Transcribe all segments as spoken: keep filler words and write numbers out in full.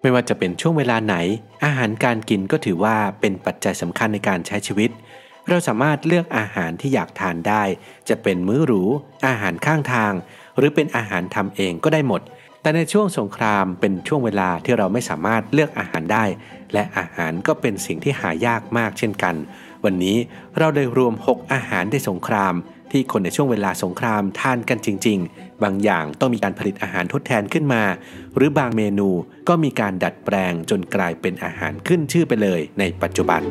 ไม่ว่าจะเป็นช่วงเวลาไหนอาหารการกินก็ถือว่าเป็นปัจจัยสำคัญในการใช้ชีวิตเราสามารถเลือกอาหารที่อยากทานได้จะเป็นมื้อหรูอาหารข้างทางหรือเป็นอาหารทำเองก็ได้หมดแต่ในช่วงสงครามเป็นช่วงเวลาที่เราไม่สามารถเลือกอาหารได้และอาหารก็เป็นสิ่งที่หายากมากเช่นกันวันนี้เราได้รวมหกอาหารในสงครามที่คนในช่วงเวลาสงครามทานกันจริงๆบางอย่างต้องมีการผลิตอาหารทดแทนขึ้นมาหรือบางเมนูก็มีการดัดแปลงจนกลายเป็นอาหารขึ้นชื่อไปเลยในปัจจุบัน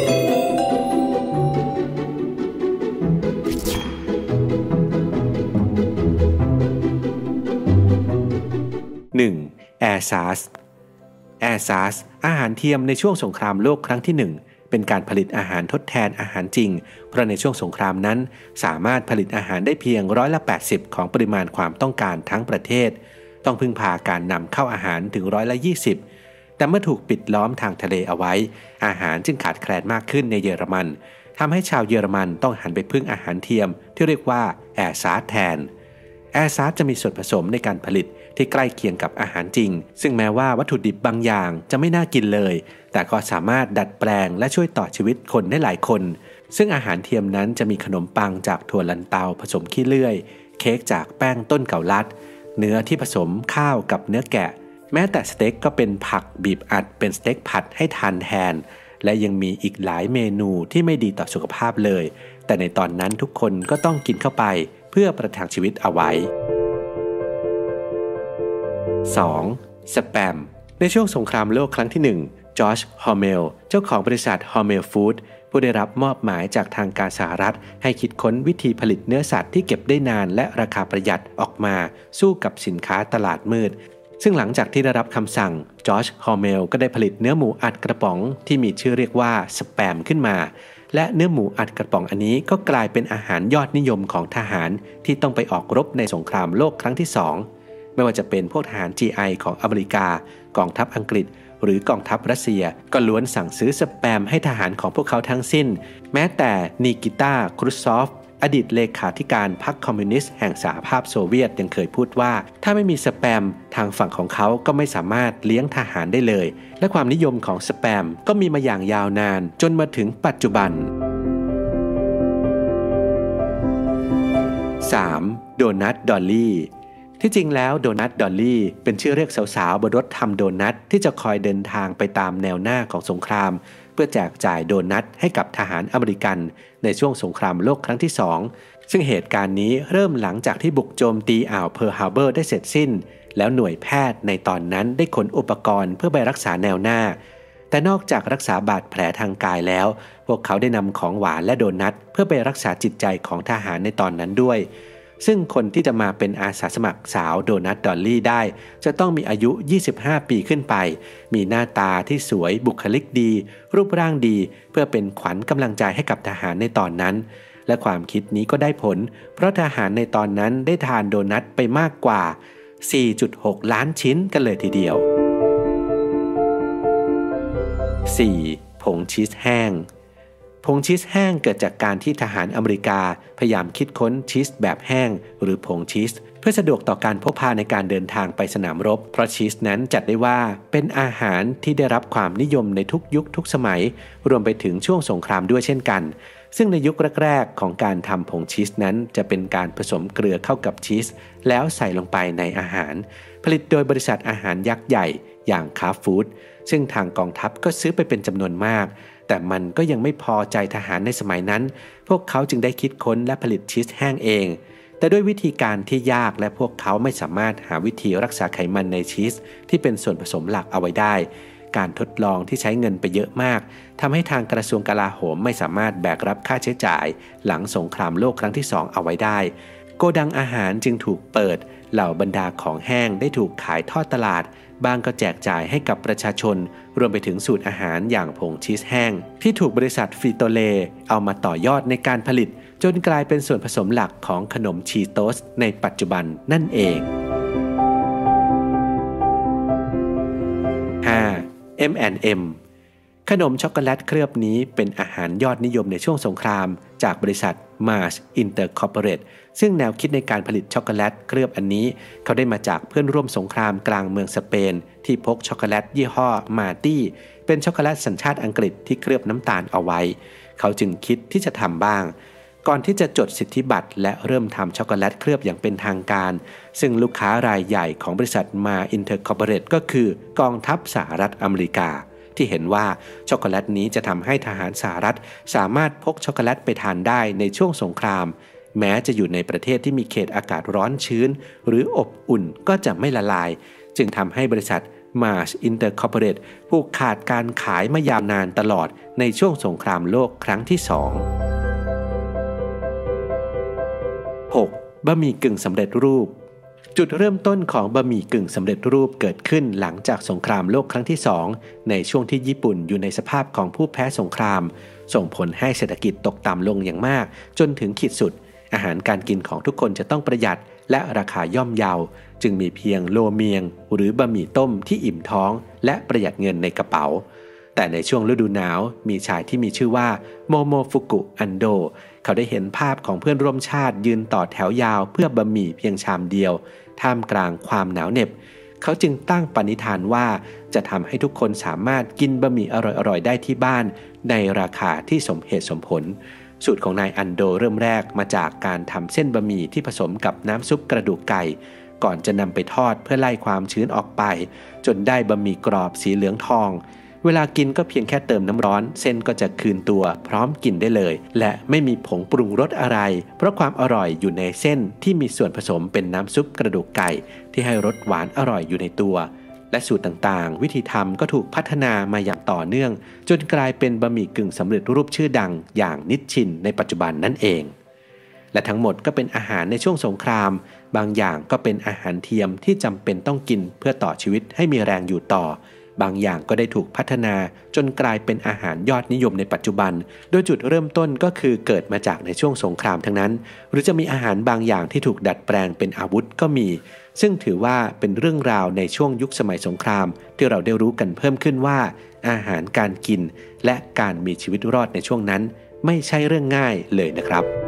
หนึ่ง Ersatz Ersatz อาหารเทียมในช่วงสงครามโลกครั้งที่หนึ่งเป็นการผลิตอาหารทดแทนอาหารจริงเพราะในช่วงสงครามนั้นสามารถผลิตอาหารได้เพียงร้อยละแปดสิบของปริมาณความต้องการทั้งประเทศต้องพึ่งพาการนำเข้าอาหารถึงร้อยละยี่สิบแต่เมื่อถูกปิดล้อมทางทะเลเอาไว้อาหารจึงขาดแคลนมากขึ้นในเยอรมันทำให้ชาวเยอรมันต้องหันไปพึ่งอาหารเทียมที่เรียกว่าแอร์ซาร์แทนแอร์ซาร์จะมีส่วนผสมในการผลิตที่ใกล้เคียงกับอาหารจริงซึ่งแม้ว่าวัตถุดิบบางอย่างจะไม่น่ากินเลยแต่ก็สามารถดัดแปลงและช่วยต่อชีวิตคนได้หลายคนซึ่งอาหารเทียมนั้นจะมีขนมปังจากถั่วลันเตาผสมขี้เลื่อยเค้กจากแป้งต้นเกาลัดเนื้อที่ผสมข้าวกับเนื้อแกะแม้แต่สเต็กก็เป็นผักบีบอัดเป็นสเต็กผัดให้ทานแทนและยังมีอีกหลายเมนูที่ไม่ดีต่อสุขภาพเลยแต่ในตอนนั้นทุกคนก็ต้องกินเข้าไปเพื่อประทังชีวิตเอาไว้สอง สแปมในช่วงสงครามโลกครั้งที่หนึ่งจอร์จ ฮอร์เมลเจ้าของบริษัท ฮอร์เมล ฟู้ดผู้ได้รับมอบหมายจากทางการสหรัฐให้คิดค้นวิธีผลิตเนื้อสัตว์ที่เก็บได้นานและราคาประหยัดออกมาสู้กับสินค้าตลาดมืดซึ่งหลังจากที่ได้รับคำสั่งจอร์จ ฮอร์เมลก็ได้ผลิตเนื้อหมูอัดกระป๋องที่มีชื่อเรียกว่าสแปมขึ้นมาและเนื้อหมูอัดกระป๋องอันนี้ก็กลายเป็นอาหารยอดนิยมของทหารที่ต้องไปออกรบในสงครามโลกครั้งที่สองไม่ว่าจะเป็นพวกทหาร จี ไอ ของอเมริกากองทัพอังกฤษหรือกองทัพรัสเซียก็ล้วนสั่งซื้อสแปมให้ทหารของพวกเขาทั้งสิ้นแม้แต่นิกิต้า ครูชชอฟอดีตเลขาธิการพรรคคอมมิวนิสต์แห่งสหภาพโซเวียตยังเคยพูดว่าถ้าไม่มีสแปมทางฝั่งของเขาก็ไม่สามารถเลี้ยงทหารได้เลยและความนิยมของสแปมก็มีมาอย่างยาวนานจนมาถึงปัจจุบัน สาม โดนัท ดอลลี่ที่จริงแล้วโดนัท ดอลลี่เป็นชื่อเรียกสาวๆบนรถทำโดนัทที่จะคอยเดินทางไปตามแนวหน้าของสงครามเพื่อแจกจ่ายโดนัทให้กับทหารอเมริกันในช่วงสงครามโลกครั้งที่สองซึ่งเหตุการณ์นี้เริ่มหลังจากที่บุกโจมตีอ่าวเพิร์ลฮาร์เบอร์ได้เสร็จสิ้นแล้วหน่วยแพทย์ในตอนนั้นได้ขนอุปกรณ์เพื่อไปรักษาแนวหน้าแต่นอกจากรักษาบาดแผลทางกายแล้วพวกเขาได้นำของหวานและโดนัทเพื่อไปรักษาจิตใจของทหารในตอนนั้นด้วยซึ่งคนที่จะมาเป็นอาสาสมัครสาวโดนัท ดอลลี่ได้จะต้องมีอายุยี่สิบห้าปีขึ้นไปมีหน้าตาที่สวยบุคลิกดีรูปร่างดีเพื่อเป็นขวัญกำลังใจให้กับทหารในตอนนั้นและความคิดนี้ก็ได้ผลเพราะทหารในตอนนั้นได้ทานโดนัทไปมากกว่า สี่จุดหก ล้านชิ้นกันเลยทีเดียว สี่ ผงชีสแห้งผงชีสแห้งเกิดจากการที่ทหารอเมริกาพยายามคิดค้นชีสแบบแห้งหรือผงชีสเพื่อสะดวกต่อการพกพาในการเดินทางไปสนามรบเพราะชีสนั้นจัดได้ว่าเป็นอาหารที่ได้รับความนิยมในทุกยุคทุกสมัยรวมไปถึงช่วงสงครามด้วยเช่นกันซึ่งในยุคแรกๆของการทำผงชีสนั้นจะเป็นการผสมเกลือเข้ากับชีสแล้วใส่ลงไปในอาหารผลิตโดยบริษัทอาหารยักษ์ใหญ่อย่างคาร์ฟู้ดซึ่งทางกองทัพก็ซื้อไปเป็นจำนวนมากแต่มันก็ยังไม่พอใจทหารในสมัยนั้นพวกเขาจึงได้คิดค้นและผลิตชีสแห้งเองแต่ด้วยวิธีการที่ยากและพวกเขาไม่สามารถหาวิธีรักษาไขมันในชีสที่เป็นส่วนผสมหลักเอาไว้ได้การทดลองที่ใช้เงินไปเยอะมากทำให้ทางกระทรวงกลาโหมไม่สามารถแบกรับค่าใช้จ่ายหลังสงครามโลกครั้งที่สองเอาไว้ได้โกดังอาหารจึงถูกเปิดเหล่าบรรดาของแห้งได้ถูกขายทอดตลาดบางก็แจกจ่ายให้กับประชาชนรวมไปถึงสูตรอาหารอย่างผงชีสแห้งที่ถูกบริษัทฟริโตเลเอามาต่อยอดในการผลิตจนกลายเป็นส่วนผสมหลักของขนมชีโตสในปัจจุบันนั่นเอง ห้า เอ็ม แอนด์ เอ็มขนมช็อกโกแลตเคลือบนี้เป็นอาหารยอดนิยมในช่วงสงครามจากบริษัท Mars Incorporated ซึ่งแนวคิดในการผลิตช็อกโกแลตเคลือบอันนี้เขาได้มาจากเพื่อนร่วมสงครามกลางเมืองสเปนที่พกช็อกโกแลตยี่ห้อมาร์ตี้เป็นช็อกโกแลตสัญชาติอังกฤษที่เคลือบน้ำตาลเอาไว้เขาจึงคิดที่จะทำบ้างก่อนที่จะจดสิทธิบัตรและเริ่มทำช็อกโกแลตเคลือบอย่างเป็นทางการซึ่งลูกค้ารายใหญ่ของบริษัท Mars Incorporated ก็คือกองทัพสหรัฐอเมริกาที่เห็นว่าช็อกโกแลตนี้จะทำให้ทหารสหรัฐสามารถพกช็อกโกแลตไปทานได้ในช่วงสงครามแม้จะอยู่ในประเทศที่มีเขตอากาศร้อนชื้นหรืออบอุ่นก็จะไม่ละลายจึงทำให้บริษัท Mars Incorporated ผูกขาดการขายมายาวนานตลอดในช่วงสงครามโลกครั้งที่สอง หก. บะหมี่กึ่งสำเร็จรูปจุดเริ่มต้นของบะหมี่กึ่งสำเร็จรูปเกิดขึ้นหลังจากสงครามโลกครั้งที่สองในช่วงที่ญี่ปุ่นอยู่ในสภาพของผู้แพ้สงครามส่งผลให้เศรษฐกิจตกต่ำลงอย่างมากจนถึงขีดสุดอาหารการกินของทุกคนจะต้องประหยัดและราคาย่อมเยาจึงมีเพียงโลเมียงหรือบะหมี่ต้มที่อิ่มท้องและประหยัดเงินในกระเป๋าแต่ในช่วงฤดูหนาวมีชายที่มีชื่อว่าโมโมฟุกุอันโดเขาได้เห็นภาพของเพื่อนร่วมชาติยืนต่อแถวยาวเพื่อบะหมี่เพียงชามเดียวท่ามกลางความหนาวเหน็บเขาจึงตั้งปณิธานว่าจะทำให้ทุกคนสามารถกินบะหมี่อร่อยๆได้ที่บ้านในราคาที่สมเหตุสมผลสูตรของนายอันโดเริ่มแรกมาจากการทำเส้นบะหมี่ที่ผสมกับน้ำซุปกระดูกไก่ก่อนจะนำไปทอดเพื่อไล่ความชื้นออกไปจนได้บะหมี่กรอบสีเหลืองทองเวลากินก็เพียงแค่เติมน้ำร้อนเส้นก็จะคืนตัวพร้อมกินได้เลยและไม่มีผงปรุงรสอะไรเพราะความอร่อยอยู่ในเส้นที่มีส่วนผสมเป็นน้ำซุปกระดูกไก่ที่ให้รสหวานอร่อยอยู่ในตัวและสูตรต่างๆวิธีทำก็ถูกพัฒนามาอย่างต่อเนื่องจนกลายเป็นบะหมี่กึ่งสำเร็จรูปชื่อดังอย่างนิชชินในปัจจุบันนั่นเองและทั้งหมดก็เป็นอาหารในช่วงสงครามบางอย่างก็เป็นอาหารเทียมที่จำเป็นต้องกินเพื่อต่อชีวิตให้มีแรงอยู่ต่อบางอย่างก็ได้ถูกพัฒนาจนกลายเป็นอาหารยอดนิยมในปัจจุบันโดยจุดเริ่มต้นก็คือเกิดมาจากในช่วงสงครามทั้งนั้นหรือจะมีอาหารบางอย่างที่ถูกดัดแปลงเป็นอาวุธก็มีซึ่งถือว่าเป็นเรื่องราวในช่วงยุคสมัยสงครามที่เราได้รู้กันเพิ่มขึ้นว่าอาหารการกินและการมีชีวิตรอดในช่วงนั้นไม่ใช่เรื่องง่ายเลยนะครับ